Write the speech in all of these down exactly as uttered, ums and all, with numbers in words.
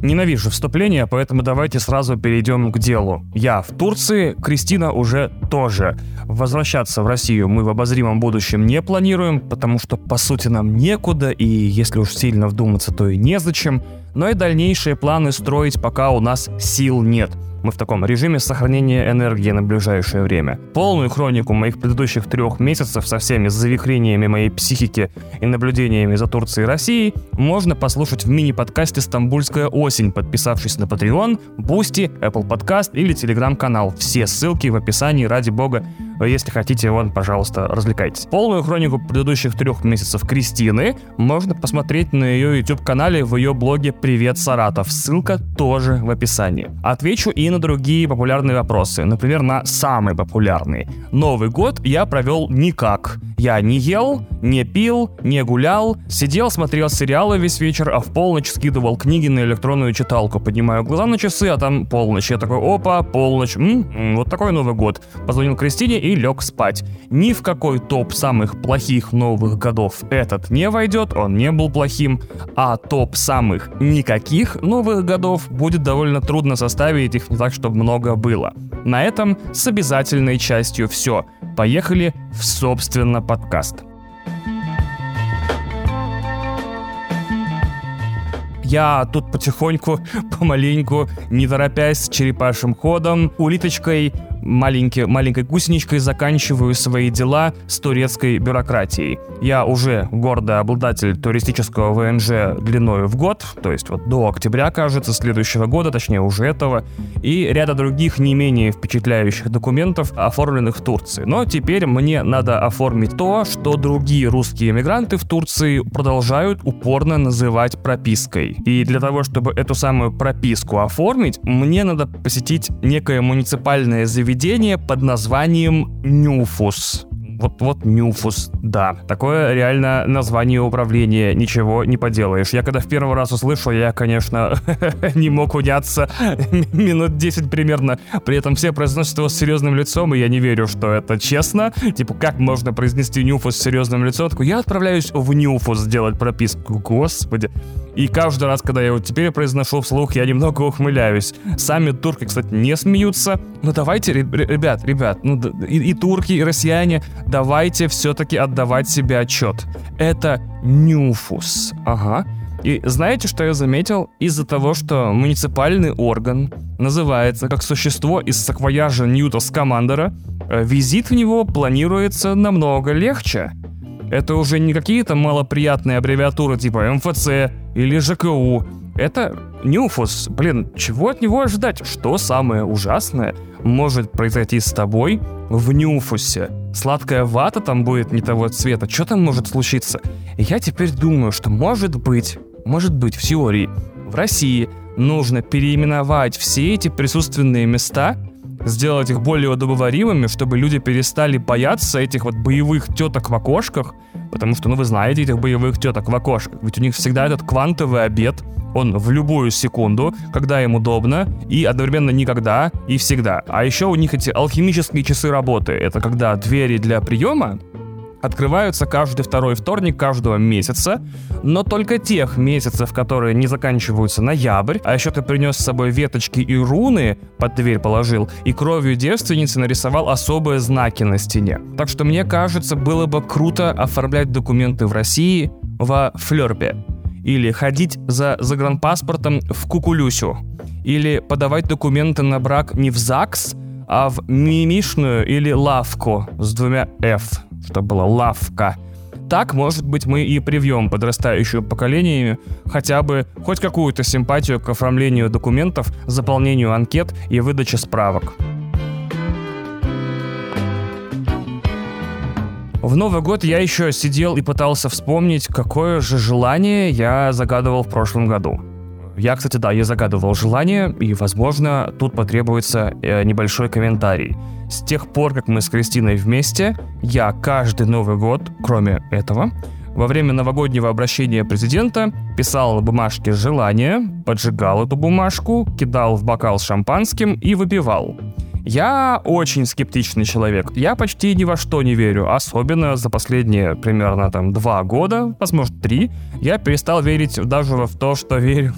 Ненавижу вступление, поэтому давайте сразу перейдем к делу. Я в Турции, Кристина уже тоже. Возвращаться в Россию мы в обозримом будущем не планируем, потому что, по сути, нам некуда, и если уж сильно вдуматься, то и незачем. Но и дальнейшие планы строить пока у нас сил нет. Мы в таком режиме сохранения энергии на ближайшее время. Полную хронику моих предыдущих трех месяцев со всеми завихрениями моей психики и наблюдениями за Турцией и Россией можно послушать в мини-подкасте «Стамбульская осень», подписавшись на Patreon, Boosty, Apple Podcast или Telegram-канал. Все ссылки в описании, ради бога. Если хотите, вон, пожалуйста, развлекайтесь. Полную хронику предыдущих трех месяцев Кристины можно посмотреть на ее YouTube-канале в ее блоге «Привет, Саратов». Ссылка тоже в описании. Отвечу и на другие популярные вопросы. Например, на самый популярный. Новый год я провел никак. Я не ел, не пил, не гулял, сидел, смотрел сериалы весь вечер, а в полночь скидывал книги на электронную читалку. Поднимаю глаза на часы, а там полночь. Я такой, опа, полночь. М-м, вот такой Новый год. Позвонил Кристине и лег спать. Ни в какой топ самых плохих новых годов этот не войдет, он не был плохим, а топ самых никаких новых годов будет довольно трудно составить, их не так, чтобы много было. На этом с обязательной частью все. Поехали в, собственно, подкаст. Я тут потихоньку, помаленьку, не торопясь, с черепашьим ходом, улиточкой, маленькой, маленькой гусеничкой заканчиваю свои дела с турецкой бюрократией. Я уже гордый обладатель туристического вэ эн жэ длиною в год, то есть вот до октября, кажется, следующего года, точнее уже этого, и ряда других не менее впечатляющих документов, оформленных в Турции. Но теперь мне надо оформить то, что другие русские эмигранты в Турции продолжают упорно называть пропиской. И для того, чтобы эту самую прописку оформить, мне надо посетить некое муниципальное заведение под названием Нюфус. Вот, вот Нюфус, да. Такое реально название управления, ничего не поделаешь. Я когда в первый раз услышал, я, конечно, не мог уняться минут десять примерно. При этом все произносят его с серьезным лицом, и я не верю, что это честно. Типа, как можно произнести Нюфус с серьезным лицом? Такой, я отправляюсь в Нюфус сделать прописку. Господи. И каждый раз, когда я его теперь произношу вслух, я немного ухмыляюсь. Сами турки, кстати, не смеются. Ну давайте, ребят, ребят, ну и, и турки, и россияне, давайте все-таки отдавать себе отчет. Это Нюфус. Ага. И знаете, что я заметил? Из-за того, что муниципальный орган называется как существо из саквояжа Ньюта Скамандера, визит в него планируется намного легче. Это уже не какие-то малоприятные аббревиатуры типа эм эф цэ или жэ ка у. Это Нюфус. Блин, чего от него ожидать? Что самое ужасное может произойти с тобой в Нюфусе? Сладкая вата там будет не того цвета. Что там может случиться? И я теперь думаю, что может быть, может быть в теории в России нужно переименовать все эти присутственные места, сделать их более удобоваримыми, чтобы люди перестали бояться этих вот боевых теток в окошках, потому что, ну, вы знаете этих боевых теток в окошках, ведь у них всегда этот квантовый обед, он в любую секунду, когда им удобно, и одновременно никогда и всегда. А еще у них эти алхимические часы работы, это когда двери для приема открываются каждый второй вторник каждого месяца, но только тех месяцев, которые не заканчиваются ноябрь, а еще ты принес с собой веточки и руны, под дверь положил, и кровью девственницы нарисовал особые знаки на стене. Так что мне кажется, было бы круто оформлять документы в России во Флёрпе, или ходить за загранпаспортом в Кукулюсю, или подавать документы на брак не в ЗАГС, а в мимишную или лавку с двумя «ф», чтобы была лавка. Так, может быть, мы и привьем подрастающее поколение хотя бы хоть какую-то симпатию к оформлению документов, заполнению анкет и выдаче справок. В Новый год я еще сидел и пытался вспомнить, какое же желание я загадывал в прошлом году. Я, кстати, да, я загадывал желание, и, возможно, тут потребуется э, небольшой комментарий. С тех пор, как мы с Кристиной вместе, я каждый Новый год, кроме этого, во время новогоднего обращения президента писал на бумажке желание, поджигал эту бумажку, кидал в бокал с шампанским и выпивал. Я очень скептичный человек. Я почти ни во что не верю. Особенно за последние примерно там два года, возможно, три, я перестал верить даже в то, что верю.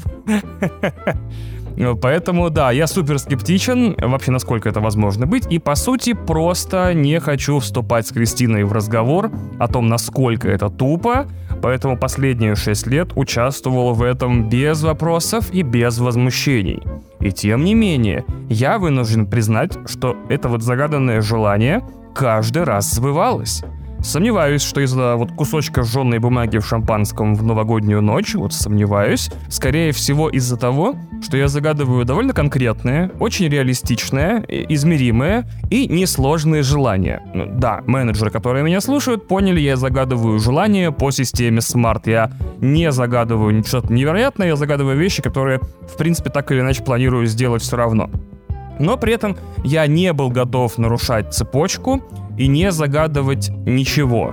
Поэтому, да, я супер скептичен, вообще насколько это возможно быть, и, по сути, просто не хочу вступать с Кристиной в разговор о том, насколько это тупо, поэтому последние шесть лет участвовал в этом без вопросов и без возмущений. И тем не менее, я вынужден признать, что это вот загаданное желание каждый раз сбывалось. Сомневаюсь, что из-за вот кусочка сжженной бумаги в шампанском в новогоднюю ночь, вот сомневаюсь, скорее всего из-за того, что я загадываю довольно конкретные, очень реалистичные, измеримые и несложные желания. Ну, да, менеджеры, которые меня слушают, поняли, я загадываю желания по системе смарт. Я не загадываю что-то невероятное, я загадываю вещи, которые, в принципе, так или иначе планирую сделать все равно. Но при этом я не был готов нарушать цепочку и не загадывать ничего.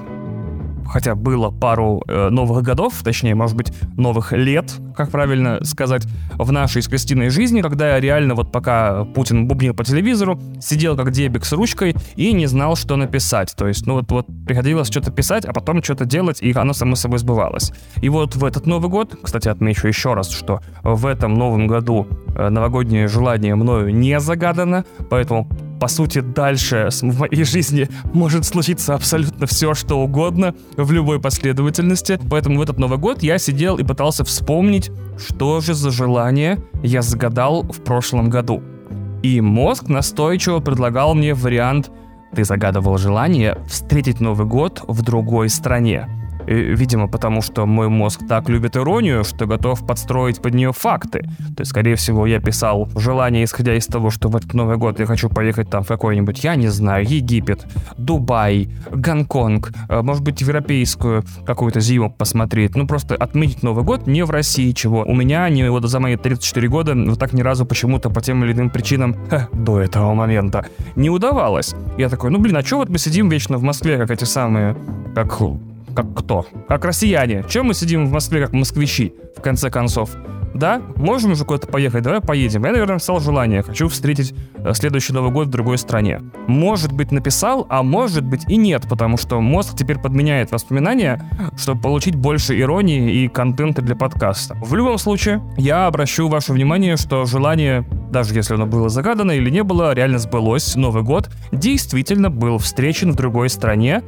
Хотя было пару э, новых годов, точнее, может быть, новых лет, как правильно сказать, в нашей с Кристиной жизни, когда я реально вот пока Путин бубнил по телевизору, сидел как дебик с ручкой и не знал, что написать. То есть, ну вот, вот приходилось что-то писать, а потом что-то делать, и оно само собой сбывалось. И вот в этот Новый год, кстати, отмечу еще раз, что в этом Новом году э, новогоднее желание мною не загадано, поэтому... По сути, дальше в моей жизни может случиться абсолютно все, что угодно, в любой последовательности. Поэтому в этот Новый год я сидел и пытался вспомнить, что же за желание я загадал в прошлом году. И мозг настойчиво предлагал мне вариант: ты загадывал желание встретить Новый год в другой стране. И, видимо, потому что мой мозг так любит иронию, что готов подстроить под нее факты. То есть, скорее всего, я писал желание, исходя из того, что в этот Новый год я хочу поехать там в какой-нибудь, я не знаю, Египет, Дубай, Гонконг, может быть, европейскую какую-то зиму посмотреть. Ну, просто отметить Новый год не в России, чего у меня не, вот за мои тридцать четыре года вот так ни разу почему-то по тем или иным причинам ха, до этого момента не удавалось. Я такой, ну, блин, а чё вот мы сидим вечно в Москве, как эти самые, как... Как кто? Как россияне. Чем мы сидим в Москве, как москвичи, в конце концов? Да? Можем уже куда-то поехать? Давай поедем. Я, наверное, написал желание. Хочу встретить следующий Новый год в другой стране. Может быть, написал, а может быть и нет, потому что мозг теперь подменяет воспоминания, чтобы получить больше иронии и контента для подкаста. В любом случае, я обращу ваше внимание, что желание, даже если оно было загадано или не было, реально сбылось. Новый год действительно был встречен в другой стране.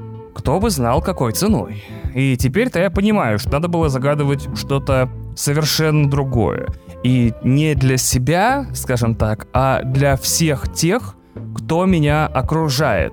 Кто бы знал, какой ценой. И теперь-то я понимаю, что надо было загадывать что-то совершенно другое. И не для себя, скажем так, а для всех тех, кто меня окружает.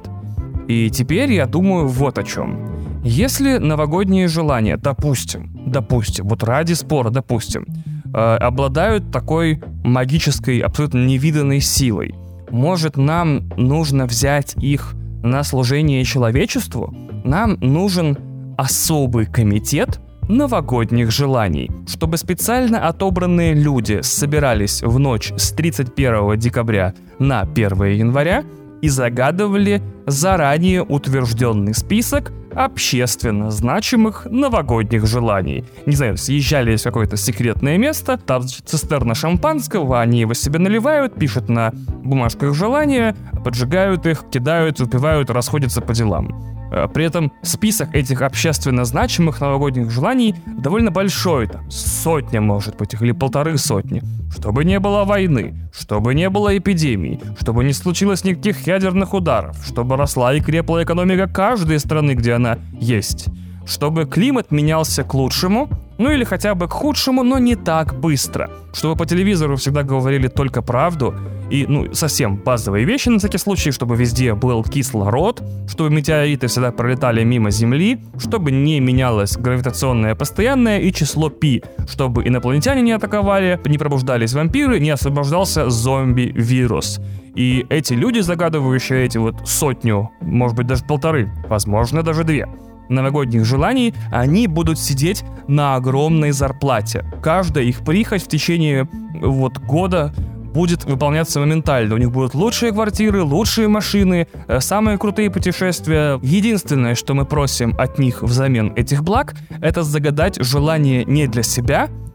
И теперь я думаю вот о чем. Если новогодние желания, допустим, допустим, вот ради спора, допустим, э, обладают такой магической, абсолютно невиданной силой, может, нам нужно взять их на служение человечеству? Нам нужен особый комитет новогодних желаний, чтобы специально отобранные люди собирались в ночь с тридцать первого декабря на первого января и загадывали заранее утвержденный список общественно значимых новогодних желаний. Не знаю, съезжали в какое-то секретное место, там цистерна шампанского, они его себе наливают, пишут на бумажках желания, поджигают их, кидают, выпивают, расходятся по делам. При этом список этих общественно значимых новогодних желаний довольно большой, там сотня, может быть, или полторы сотни. Чтобы не было войны, чтобы не было эпидемий, чтобы не случилось никаких ядерных ударов, чтобы росла и крепла экономика каждой страны, где она есть, чтобы климат менялся к лучшему, ну или хотя бы к худшему, но не так быстро, чтобы по телевизору всегда говорили только правду и, ну, совсем базовые вещи на всякий случай, чтобы везде был кислород, чтобы метеориты всегда пролетали мимо Земли, чтобы не менялось гравитационное постоянное и число пи, чтобы инопланетяне не атаковали, не пробуждались вампиры, не освобождался зомби-вирус. И эти люди, загадывающие эти вот сотню, может быть даже полторы, возможно даже две новогодних желаний, они будут сидеть на огромной зарплате. Каждая их прихоть в течение вот года будет выполняться моментально. У них будут лучшие квартиры, лучшие машины, самые крутые путешествия. Единственное, что мы просим от них взамен этих благ, это загадать желание не для себя,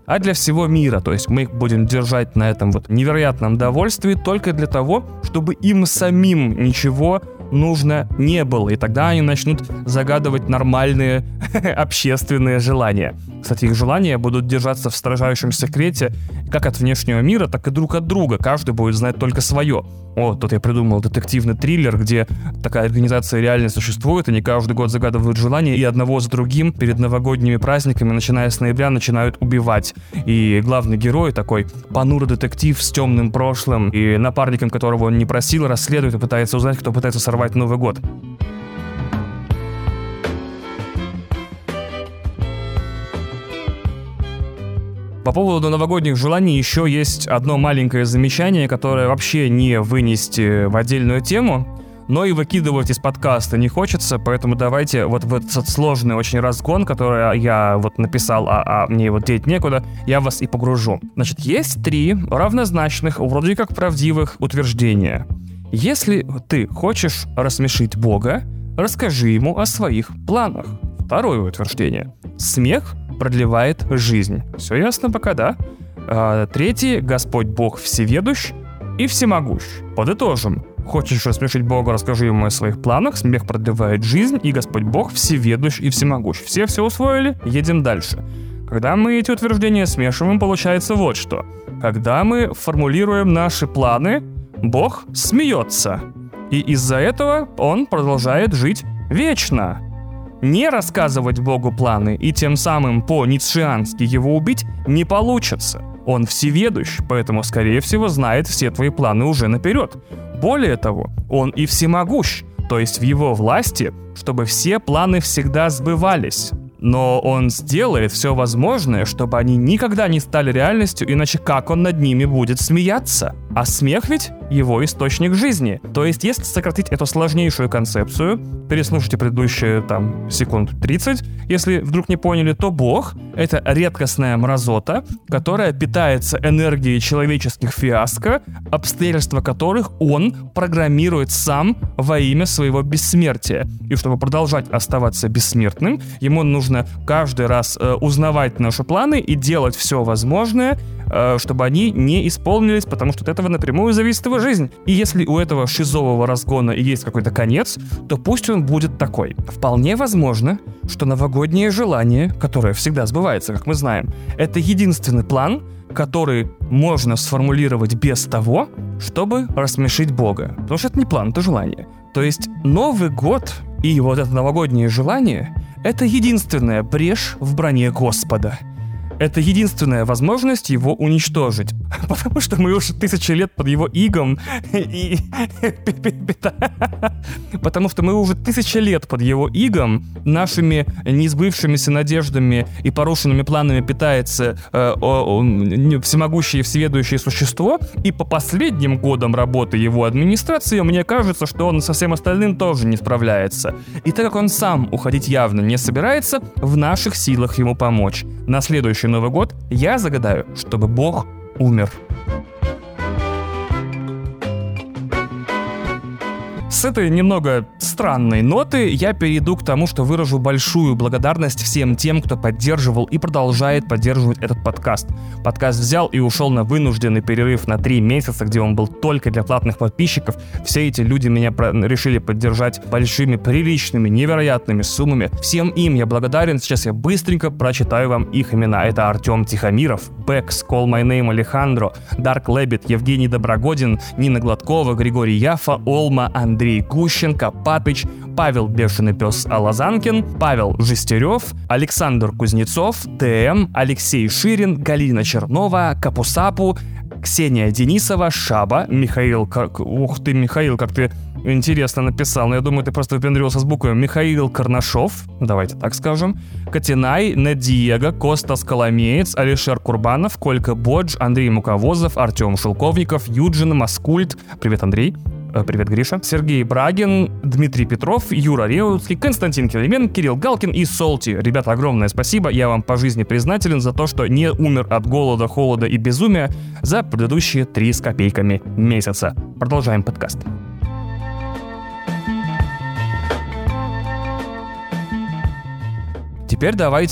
а для всего мира. То есть мы их будем держать на этом вот невероятном довольстве только для того, чтобы им самим ничего нужно не было. И тогда они начнут загадывать нормальные общественные желания. Кстати, их желания будут держаться в строжайшем секрете как от внешнего мира, так и друг от друга. Каждый будет знать только свое. О, тут я придумал детективный триллер, где такая организация реально существует, они каждый год загадывают желания, и одного за другим перед новогодними праздниками, начиная с ноября, начинают убивать. И главный герой, такой понурый детектив с темным прошлым, и напарником, которого он не просил, расследует и пытается узнать, кто пытается сорвать Новый год. По поводу новогодних желаний еще есть одно маленькое замечание, которое вообще не вынести в отдельную тему, но и выкидывать из подкаста не хочется, поэтому давайте вот в этот сложный очень разгон, который я вот написал, а, а мне вот деть некуда, я вас и погружу. Значит, есть три равнозначных, вроде как правдивых утверждения. Если ты хочешь рассмешить Бога, расскажи ему о своих планах. Второе утверждение. Смех продлевает жизнь. Все ясно пока, да? А, третье. Господь Бог всеведущ и всемогущ. Подытожим. Хочешь рассмешить Бога, расскажи ему о своих планах. Смех продлевает жизнь, и Господь Бог всеведущ и всемогущ. Все все усвоили? Едем дальше. Когда мы эти утверждения смешиваем, получается вот что. Когда мы формулируем наши планы, Бог смеется. И из-за этого Он продолжает жить вечно. Не рассказывать Богу планы и тем самым по-ницшеански его убить не получится. Он всеведущ, поэтому, скорее всего, знает все твои планы уже наперед. Более того, он и всемогущ, то есть в его власти, чтобы все планы всегда сбывались. Но он сделает все возможное, чтобы они никогда не стали реальностью, иначе как он над ними будет смеяться? А смех ведь его источник жизни. То есть, если сократить эту сложнейшую концепцию, переслушайте предыдущие там секунд тридцать, если вдруг не поняли, то Бог — это редкостная мразота, которая питается энергией человеческих фиаско, обстоятельства которых он программирует сам во имя своего бессмертия. И чтобы продолжать оставаться бессмертным, ему нужно каждый раз э, узнавать наши планы и делать все возможное, э, чтобы они не исполнились, потому что от этого напрямую зависит его жизнь. И если у этого шизового разгона и есть какой-то конец, то пусть он будет такой. Вполне возможно, что новогоднее желание, которое всегда сбывается, как мы знаем, это единственный план, который можно сформулировать без того, чтобы рассмешить Бога. Потому что это не план, это желание. То есть Новый год и вот это новогоднее желание — это единственная брешь в броне Господа. Это единственная возможность его уничтожить. Потому что мы уже тысячи лет под его игом. И... Потому что мы уже тысячи лет под его игом, нашими несбывшимися надеждами и порушенными планами питается э, о, о, всемогущее и всеведущее существо. И по последним годам работы его администрации, мне кажется, что он со всем остальным тоже не справляется. И так как он сам уходить явно не собирается, в наших силах ему помочь. На следующий Новый год я загадаю, чтобы Бог умер. С этой немного странной ноты я перейду к тому, что выражу большую благодарность всем тем, кто поддерживал и продолжает поддерживать этот подкаст. Подкаст взял и ушел на вынужденный перерыв на три месяца, где он был только для платных подписчиков. Все эти люди меня про- решили поддержать большими, приличными, невероятными суммами. Всем им я благодарен. Сейчас я быстренько прочитаю вам их имена. Это Артем Тихомиров, Бэкс, Call My Name Алехандро, Dark Лэббит, Евгений Доброгодин, Нина Гладкова, Григорий Яфа, Олма, Андрей Гущенко, Папыч, Павел Бешеный Пес Алазанкин, Павел Жестерев, Александр Кузнецов, ТМ, Алексей Ширин, Галина Чернова, Капусапу, Ксения Денисова, Шаба, Михаил... Как... Ух ты, Михаил, как ты интересно написал. Но я думаю, ты просто выпендрился с буквами. Михаил Карнашов, давайте так скажем, Катинай, Надиего, Костас Коломеец, Алишер Курбанов, Колька Бодж, Андрей Муковозов, Артем Шелковников, Юджин Маскульт. Привет, Андрей. Привет, Гриша. Сергей Брагин, Дмитрий Петров, Юра Реутский, Константин Келемен, Кирилл Галкин и Солти. Ребята, огромное спасибо. Я вам по жизни признателен за то, что не умер от голода, холода и безумия за предыдущие три с копейками месяца. Продолжаем подкаст. Теперь давайте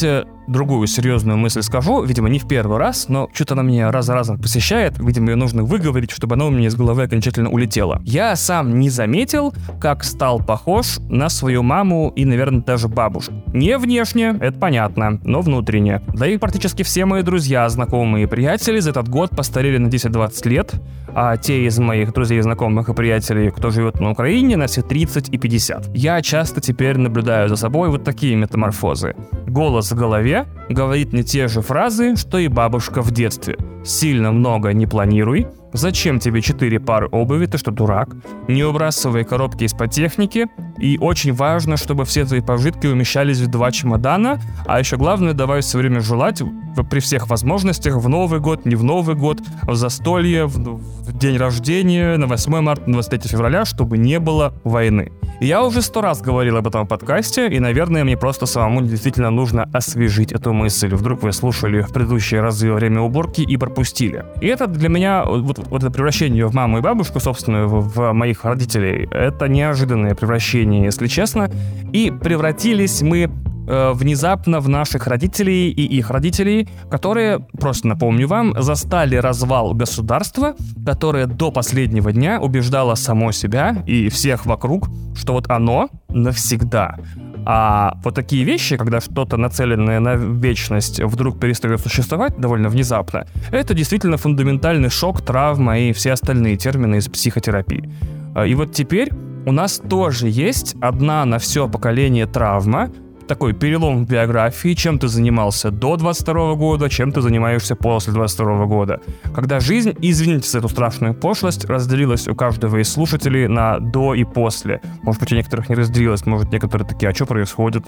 другую серьезную мысль скажу, видимо, не в первый раз, но что-то она меня раз за разом посещает, видимо, ее нужно выговорить, чтобы она у меня из головы окончательно улетела. Я сам не заметил, как стал похож на свою маму и, наверное, даже бабушку. Не внешне, это понятно, но внутренне. Да и практически все мои друзья, знакомые и приятели за этот год постарели на десять-двадцать лет, а те из моих друзей, знакомых и приятелей, кто живет на Украине, на все тридцать и пятьдесят. Я часто теперь наблюдаю за собой вот такие метаморфозы. Голос в голове говорит мне те же фразы, что и бабушка в детстве. Сильно много не планируй. Зачем тебе четыре пары обуви, ты что, дурак? Не выбрасывай коробки из-под техники. И очень важно, чтобы все твои пожитки умещались в два чемодана. А еще главное, давай все время желать при всех возможностях в Новый год, не в Новый год, в застолье, в, в день рождения, на восьмое марта, на двадцать третье февраля, чтобы не было войны. Я уже сто раз говорил об этом подкасте, и, наверное, мне просто самому действительно нужно освежить эту мысль. Вдруг вы слушали в предыдущие разы во время уборки и пропустили. И это для меня, вот, вот это превращение в маму и бабушку, собственно, в, в моих родителей, это неожиданное превращение, если честно. И превратились мы э, внезапно в наших родителей и их родителей, которые, просто напомню вам, застали развал государства, которое до последнего дня убеждало само себя и всех вокруг, что вот оно навсегда. А вот такие вещи, когда что-то нацеленное на вечность вдруг перестает существовать довольно внезапно, это действительно фундаментальный шок, травма и все остальные термины из психотерапии. И вот теперь у нас тоже есть одна на все поколение травма, такой перелом в биографии, чем ты занимался до двадцать второго года, чем ты занимаешься после двадцать второго года. Когда жизнь, извините за эту страшную пошлость, разделилась у каждого из слушателей на до и после. Может быть, у некоторых не разделилась, может, некоторые такие, а что происходит?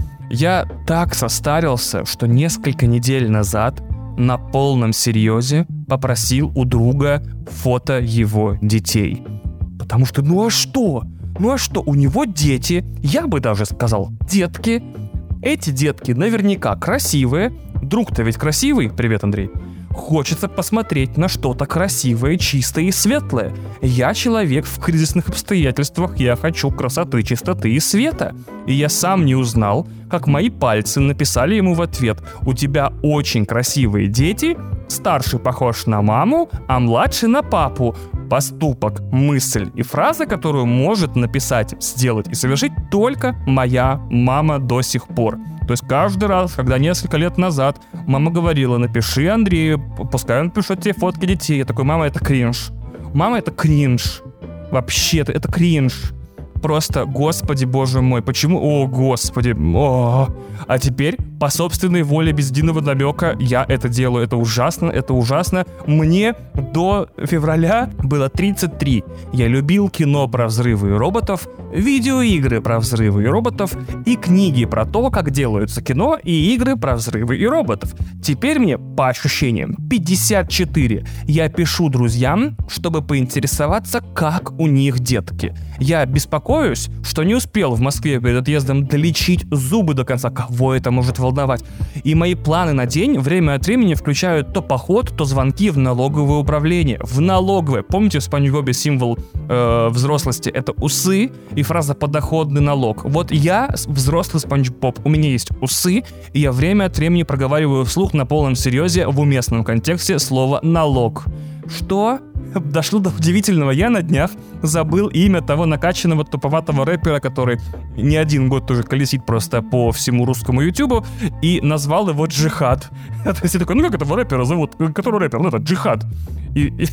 Я так состарился, что несколько недель назад на полном серьезе попросил у друга фото его детей. Потому что, ну а что? Ну а что, у него дети, я бы даже сказал, детки. Эти детки наверняка красивые. Друг-то ведь красивый, привет, Андрей. Хочется посмотреть на что-то красивое, чистое и светлое. Я человек в кризисных обстоятельствах, я хочу красоты, чистоты и света. И я сам не узнал, как мои пальцы написали ему в ответ: у тебя очень красивые дети, старший похож на маму, а младший на папу. Поступок, мысль и фраза, которую может написать, сделать и совершить только моя мама до сих пор. То есть каждый раз, когда несколько лет назад мама говорила: напиши Андрею, пускай он пишет тебе фотки детей, я такой: мама, это кринж. Мама, это кринж. Вообще-то это кринж. Просто, господи, боже мой, почему? О, господи, о. А теперь, по собственной воле, без единого намека, я это делаю. Это ужасно, это ужасно. Мне до февраля было тридцать три. Я любил кино про взрывы и роботов, видеоигры про взрывы и роботов и книги про то, как делаются кино и игры про взрывы и роботов. Теперь мне, по ощущениям, пятьдесят четыре. Я пишу друзьям, чтобы поинтересоваться, как у них детки. Я беспокоюсь, что не успел в Москве перед отъездом долечить зубы до конца. Кого это может волновать? И мои планы на день время от времени включают то поход, то звонки в налоговое управление. В налоговое. Помните, в Спанч Бобе символ э, взрослости — это усы и фраза «подоходный налог». Вот я взрослый Спанч Боб. У меня есть усы, и я время от времени проговариваю вслух на полном серьезе в уместном контексте слово «налог». Что? Дошло до удивительного. Я на днях забыл имя того накачанного туповатого рэпера, который не один год тоже колесит просто по всему русскому ютубу, и назвал его Джихад. То есть я такой: ну как этого рэпера зовут? Который рэпер? Ну это Джихад. И, и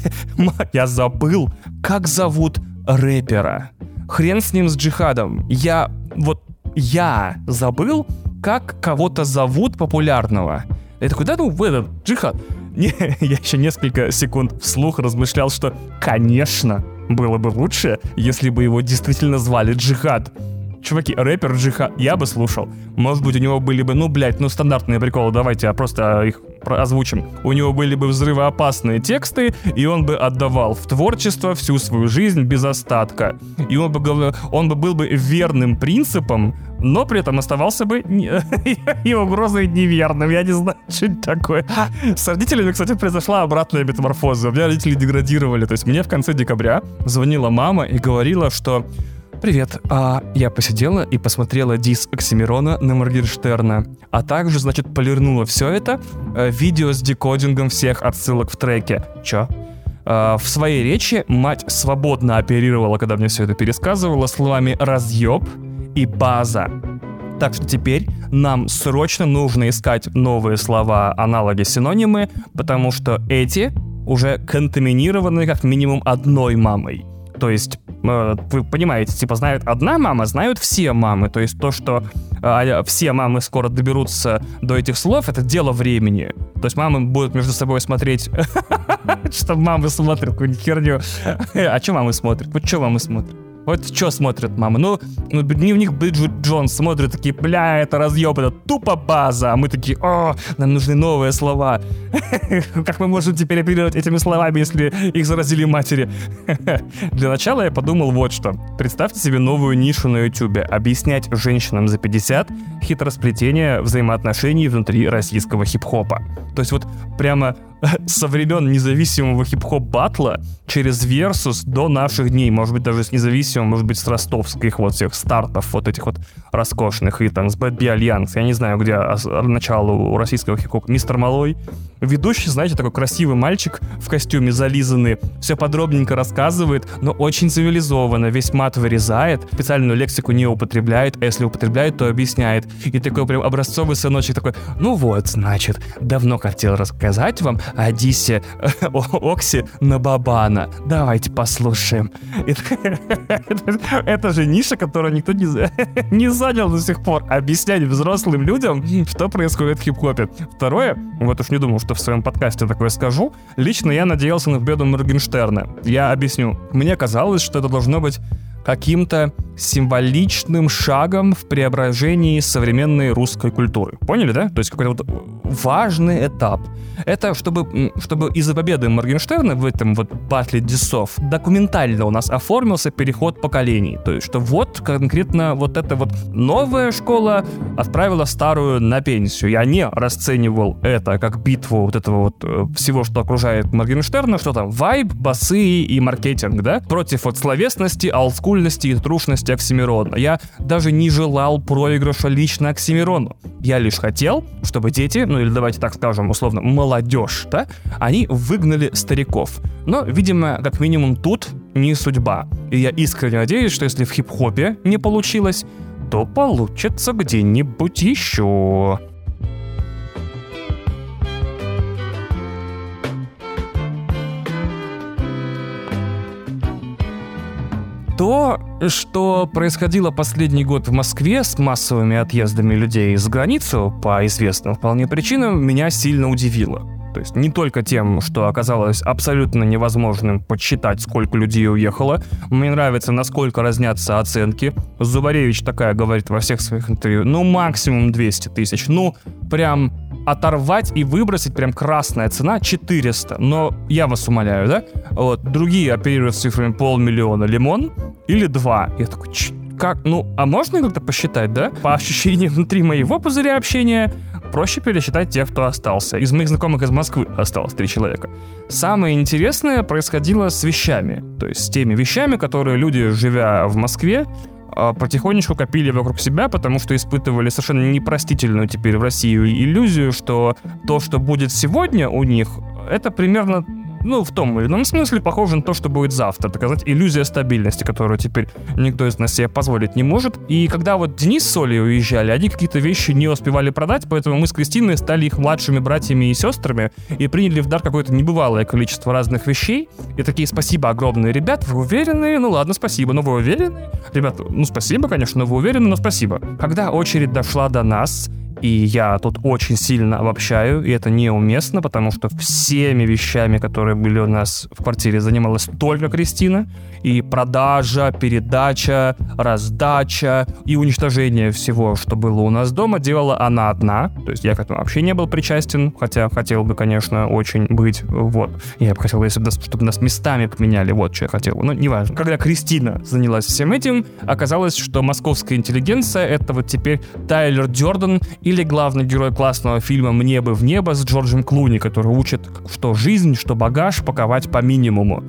я забыл, как зовут рэпера. Хрен с ним, с Джихадом. Я вот я забыл, как кого-то зовут популярного. Я такой: да ну, в этот Джихад. Не, я еще несколько секунд вслух размышлял, что, конечно, было бы лучше, если бы его действительно звали Джихад. Чуваки, рэпер Джихад, я бы слушал. Может быть, у него были бы, ну, блядь, ну, стандартные приколы, давайте просто их озвучим. У него были бы взрывоопасные тексты, и он бы отдавал в творчество всю свою жизнь без остатка. И он бы, он бы был бы верным принципам, но при этом оставался бы не... и угрозой неверным. Я не знаю, что это такое. С родителями, кстати, произошла обратная метаморфоза. У меня родители деградировали. То есть мне в конце декабря звонила мама и говорила, что Привет. А, я посидела и посмотрела дис Оксимирона на Моргенштерна, а также, значит, полирнула все это э, видео с декодингом всех отсылок в треке. Чё? Э, в своей речи мать свободно оперировала, когда мне все это пересказывала, словами «разъеб» и «база». Так что теперь нам срочно нужно искать новые слова, аналоги, синонимы, потому что эти уже контаминированы как минимум одной мамой. То есть, э, вы понимаете, типа, знают одна мама, знают все мамы. То есть то, что э, все мамы скоро доберутся до этих слов, это дело времени. То есть мамы будут между собой смотреть... Что мамы смотрят какую-нибудь херню. А что мамы смотрят? Вот что мамы смотрят? Вот что смотрят мамы? Ну, ну, дневник Бриджит Джонс смотрят, такие, бля, это разъеб, это тупо база. А мы такие, о, нам нужны новые слова. Как мы можем теперь оперировать этими словами, если их заразили матери? Для начала я подумал вот что. Представьте себе новую нишу на ютубе. Объяснять женщинам за пятьдесят хитросплетение взаимоотношений внутри российского хип-хопа. То есть вот прямо со времен независимого хип-хоп-батла через Versus до наших дней, может быть, даже с независимым, может быть, с ростовских вот всех стартов, вот этих вот роскошных, и там с Bad B Альянс, я не знаю, где начало у российского хип-хопа, Мистер Малой. Ведущий, знаете, такой красивый мальчик в костюме зализанный, все подробненько рассказывает, но очень цивилизованно, весь мат вырезает, специальную лексику не употребляет, а если употребляет, то объясняет. И такой прям образцовый сыночек такой, ну вот, значит, давно хотел рассказать вам о дисе Окси на Бабана. Давайте послушаем. Это же ниша, которую никто не занял до сих пор. Объяснять взрослым людям, что происходит в хип-хопе. Второе, вот уж не думал, что в своем подкасте такое скажу. Лично я надеялся на победу Моргенштерна. Я объясню. Мне казалось, что это должно быть каким-то символичным шагом в преображении современной русской культуры. Поняли, да? То есть какой-то вот важный этап. Это чтобы, чтобы из-за победы Моргенштерна в этом вот батле дисов документально у нас оформился переход поколений. То есть что вот конкретно вот эта вот новая школа отправила старую на пенсию. Я не расценивал это как битву вот этого вот всего, что окружает Моргенштерна, что там вайб, басы и маркетинг, да? Против вот словесности, олдскульности и трушности Оксимирона. Я даже не желал проигрыша лично Оксимирону. Я лишь хотел, чтобы дети, ну или давайте так скажем, условно, молодежь, да, они выгнали стариков. Но, видимо, как минимум тут не судьба. И я искренне надеюсь, что если в хип-хопе не получилось, то получится где-нибудь еще. То, что происходило последний год в Москве с массовыми отъездами людей за границу по известным вполне причинам, меня сильно удивило. То есть не только тем, что оказалось абсолютно невозможным подсчитать, сколько людей уехало. Мне нравится, насколько разнятся оценки. Зубаревич такая говорит во всех своих интервью. Ну, максимум двести тысяч. Ну, прям оторвать и выбросить, прям красная цена четыреста. Но я вас умоляю, да? Вот, другие оперируют с цифрами полмиллиона лимон или два. Я такой, как? Ну, а можно как-то посчитать, да? По ощущениям внутри моего пузыря общения проще пересчитать тех, кто остался. Из моих знакомых из Москвы осталось три человека. Самое интересное происходило с вещами. То есть с теми вещами, которые люди, живя в Москве, потихонечку копили вокруг себя, потому что испытывали совершенно непростительную теперь в Россию иллюзию, что то, что будет сегодня у них, это примерно, ну, в том или ином смысле похоже на то, что будет завтра. Так сказать, иллюзия стабильности, которую теперь никто из нас себе позволить не может. И когда вот Денис с Олей уезжали, они какие-то вещи не успевали продать, поэтому мы с Кристиной стали их младшими братьями и сестрами и приняли в дар какое-то небывалое количество разных вещей. И такие, спасибо огромное, ребят, вы уверены? Ну ладно, спасибо, но вы уверены? Ребят, ну спасибо, конечно, но вы уверены, но спасибо. Когда очередь дошла до нас, и я тут очень сильно обобщаю, и это неуместно, потому что всеми вещами, которые были у нас в квартире, занималась только Кристина. И продажа, передача, раздача и уничтожение всего, что было у нас дома, делала она одна. То есть я к этому вообще не был причастен, хотя хотел бы, конечно, очень быть. Вот. Я бы хотел, если бы, чтобы нас местами поменяли. Вот что я хотел. Но неважно. Когда Кристина занялась всем этим, оказалось, что московская интеллигенция — это вот теперь Тайлер Дёрден или главный герой классного фильма «Мне бы в небо» с Джорджем Клуни, который учит, что жизнь, что багаж паковать по минимуму.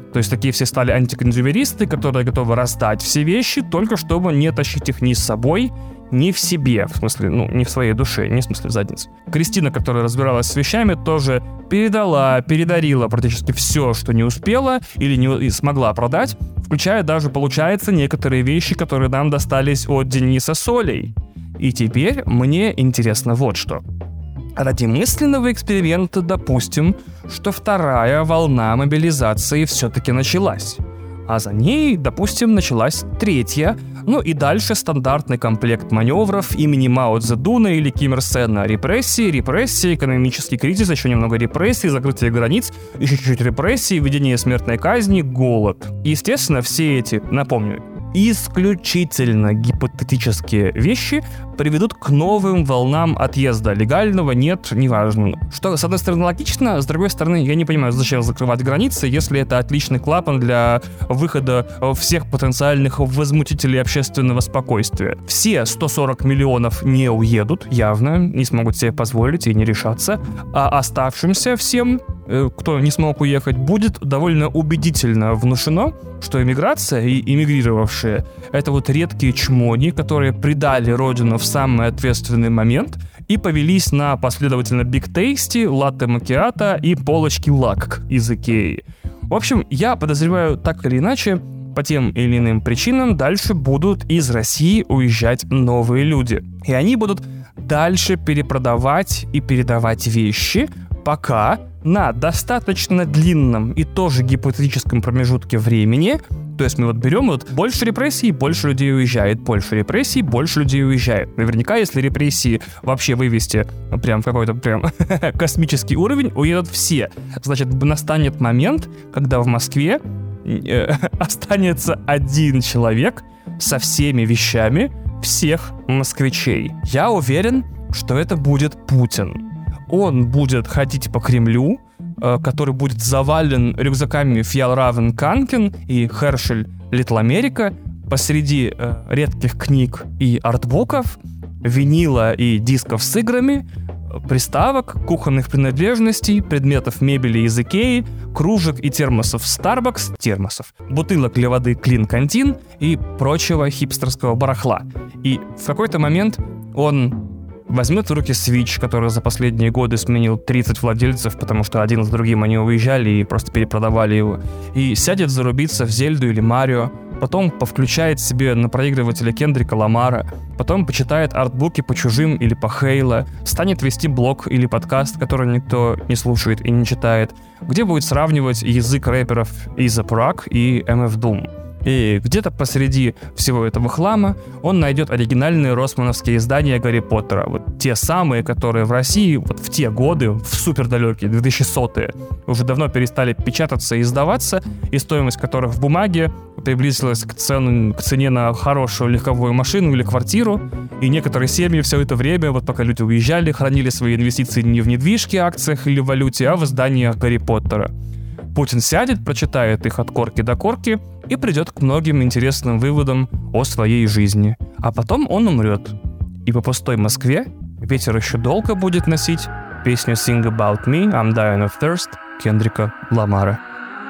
То есть такие все стали антиконсюмеристы, которые готовы раздать все вещи, только чтобы не тащить их ни с собой, ни в себе, в смысле, ну, не в своей душе, не в смысле в заднице. Кристина, которая разбиралась с вещами, тоже передала, передарила практически все, что не успела или не смогла продать, включая даже, получается, некоторые вещи, которые нам достались от Дениса Солей. И теперь мне интересно вот что. Ради мысленного эксперимента допустим, что вторая волна мобилизации все-таки началась. А за ней, допустим, началась третья, ну и дальше стандартный комплект маневров имени Мао Цзэдуна или Ким Ир Сена. Репрессии, репрессии, экономический кризис, еще немного репрессий, закрытие границ, еще чуть-чуть репрессий, введение смертной казни, голод. И, естественно, все эти, напомню, исключительно гипотетические вещи приведут к новым волнам отъезда. Легального нет, неважно. Что, с одной стороны, логично, с другой стороны, я не понимаю, зачем закрывать границы, если это отличный клапан для выхода всех потенциальных возмутителей общественного спокойствия. Все сто сорок миллионов не уедут, явно, не смогут себе позволить и не решаться, а оставшимся всем, кто не смог уехать, будет довольно убедительно внушено, что эмиграция и эмигрировавшие — это вот редкие чмони, которые предали родину в самый ответственный момент и повелись на последовательно Big Tasty, латте макиато и полочки лак из Икеи. В общем, я подозреваю, так или иначе, по тем или иным причинам дальше будут из России уезжать новые люди. И они будут дальше перепродавать и передавать вещи, пока на достаточно длинном и тоже гипотетическом промежутке времени, то есть мы вот берем вот больше репрессий, больше людей уезжает, больше репрессий, больше людей уезжает. Наверняка, если репрессии вообще вывести прям в какой-то прям космический уровень, уедут все. Значит, настанет момент, когда в Москве э, останется один человек со всеми вещами всех москвичей. Я уверен, что это будет Путин. Он будет ходить по Кремлю, э, который будет завален рюкзаками Фьялравен Канкин и Хершель Литл Америка посреди э, редких книг и артбуков, винила и дисков с играми, приставок, кухонных принадлежностей, предметов мебели из Икеи, кружек и термосов Starbucks, термосов, бутылок для воды Clean Canteen и прочего хипстерского барахла. И в какой-то момент он возьмет в руки Switch, который за последние годы сменил тридцать владельцев, потому что один за другим они уезжали и просто перепродавали его, и сядет зарубиться в Зельду или Марио, потом повключает себе на проигрывателе Кендрика Ламара, потом почитает артбуки по Чужим или по Хейла, станет вести блог или подкаст, который никто не слушает и не читает, где будет сравнивать язык рэперов A$эй Rocky и эм эф Doom. И где-то посреди всего этого хлама он найдет оригинальные росмановские издания Гарри Поттера. Вот те самые, которые в России вот в те годы, в супердалекие двухтысячные, уже давно перестали печататься и издаваться, и стоимость которых в бумаге приблизилась к, цену, к цене на хорошую легковую машину или квартиру. И некоторые семьи все это время, вот пока люди уезжали, хранили свои инвестиции не в недвижке, акциях или валюте, а в изданиях Гарри Поттера. Путин сядет, прочитает их от корки до корки и придет к многим интересным выводам о своей жизни. А потом он умрет. И по пустой Москве ветер еще долго будет носить песню «Sing About Me, I'm Dying of Thirst» Кендрика Ламара.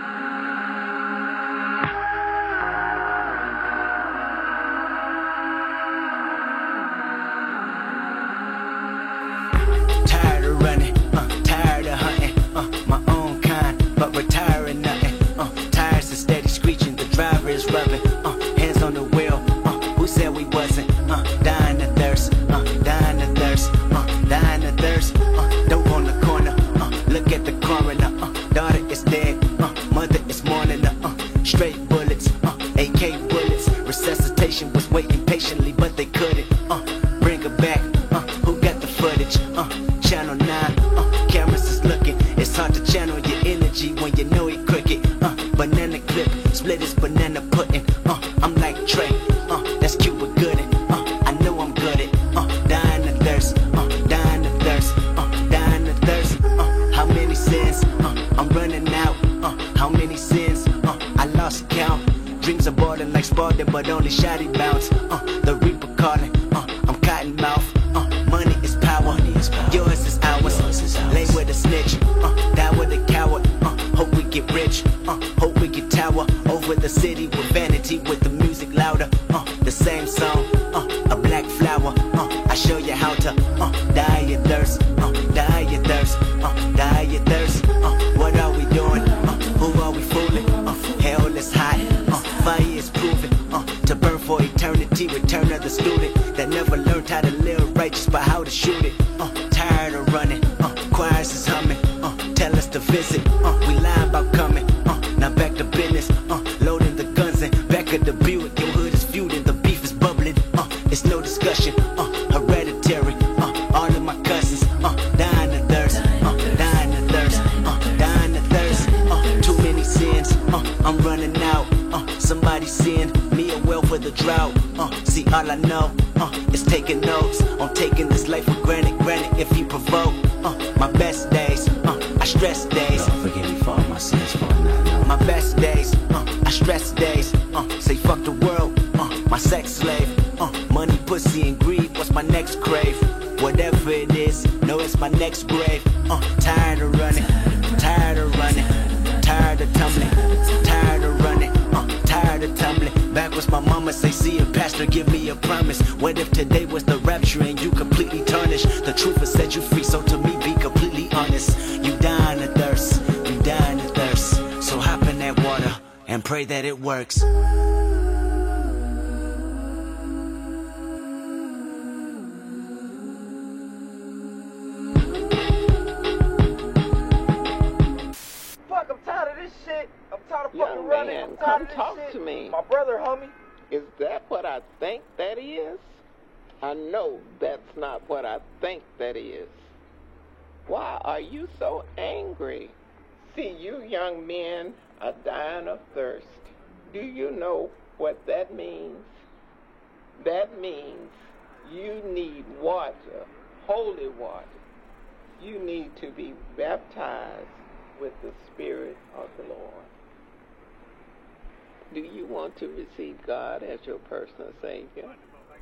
But only shoddy bounce, uh, the reaper calling, uh, I'm cotton mouth, uh, money is power, money is power. Yours is ours, yours is ours. Lay with a snitch, uh, die with a coward, uh, hope we get rich, uh, hope we get tired. with the city with vanity, with the music louder. Uh, the same song, uh, a black flower. Uh, I show you how to uh, die your thirst, uh, die your thirst, uh, die your thirst. Uh, what are we doing? Uh, who are we fooling? Uh, hell is hot, uh, fire is proven. Uh, to burn for eternity, return of the student that never learned how to live righteous, but how to shoot it. Uh, tired of running, uh, choirs is humming. Uh, tell us to visit, uh, we lie about coming. Uh, now back to business, uh, loading the guns and back of the Buick. Your hood is feuding, the beef is bubbling. Uh, it's no discussion, uh, hereditary. Uh, all of my cousins, uh, dying of thirst, uh, dying of thirst, uh, dying of thirst. Uh, too many sins, uh, I'm running out. Uh, somebody send me a well for the drought. Uh, see all I know, uh, is taking notes on taking this life for granted. Granted, if you provoke, uh, my best days, uh, I stress days. Lord, forgive me for all my sins, for not knowing. My best days, uh, I stress days. Uh, say fuck the world, uh, my sex slave. Uh, money, pussy, and greed. What's my next crave? Whatever it is, know it's my next grave. Uh, tired of running, tired of running, tired of tumbling, tired of running. Uh, tired of tumbling. Backwards, my mama say, see a pastor, give me a promise. What if today was the rapture and you completely tarnished? The truth has set you free, so to me, be completely honest. You dying of thirst, you dying of thirst. So hop in that water and pray that it works. Fuck, I'm tired of this shit. I'm tired of Young fucking running. man, I'm tired come of this talk shit. to me. My brother, homie. Is that what I think that is? I know that's not what I think that is. Why are you so angry? See, you young men are dying of thirst. Do you know what that means? That means you need water, holy water. You need to be baptized with the Spirit of the Lord. Do you want to receive God as your personal Savior?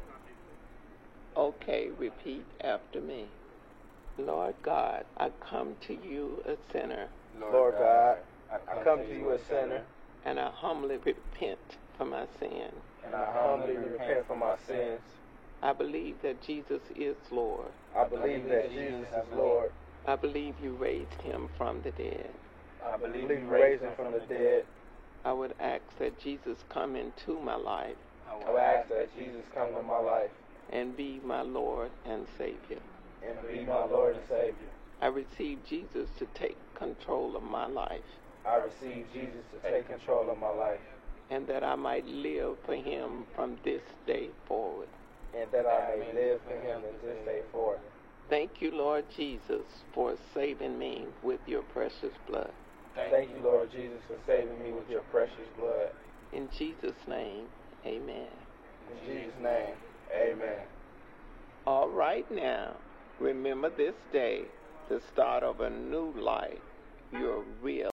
Okay, repeat after me. Lord God, I come to you a sinner, Lord God, I come to you a sinner, and I humbly repent for my sin. and I humbly repent for my sins. I believe that Jesus is Lord. I believe that Jesus is Lord. I believe you raised him from the dead. I believe you raised him from the dead. I would ask that Jesus come into my life I would ask that Jesus come to my life and be my Lord and Savior. and be my Lord and Savior. I receive Jesus to take control of my life, I receive Jesus to take control of my life, and that I might live for him from this day forward. and that I may live for him in this day forth. Thank you, Lord Jesus, for saving me with your precious blood. Thank you, Lord Jesus, for saving me with your precious blood. In Jesus' name, amen. In Jesus' name, amen. All right now, remember this day, the start of a new life. You're real.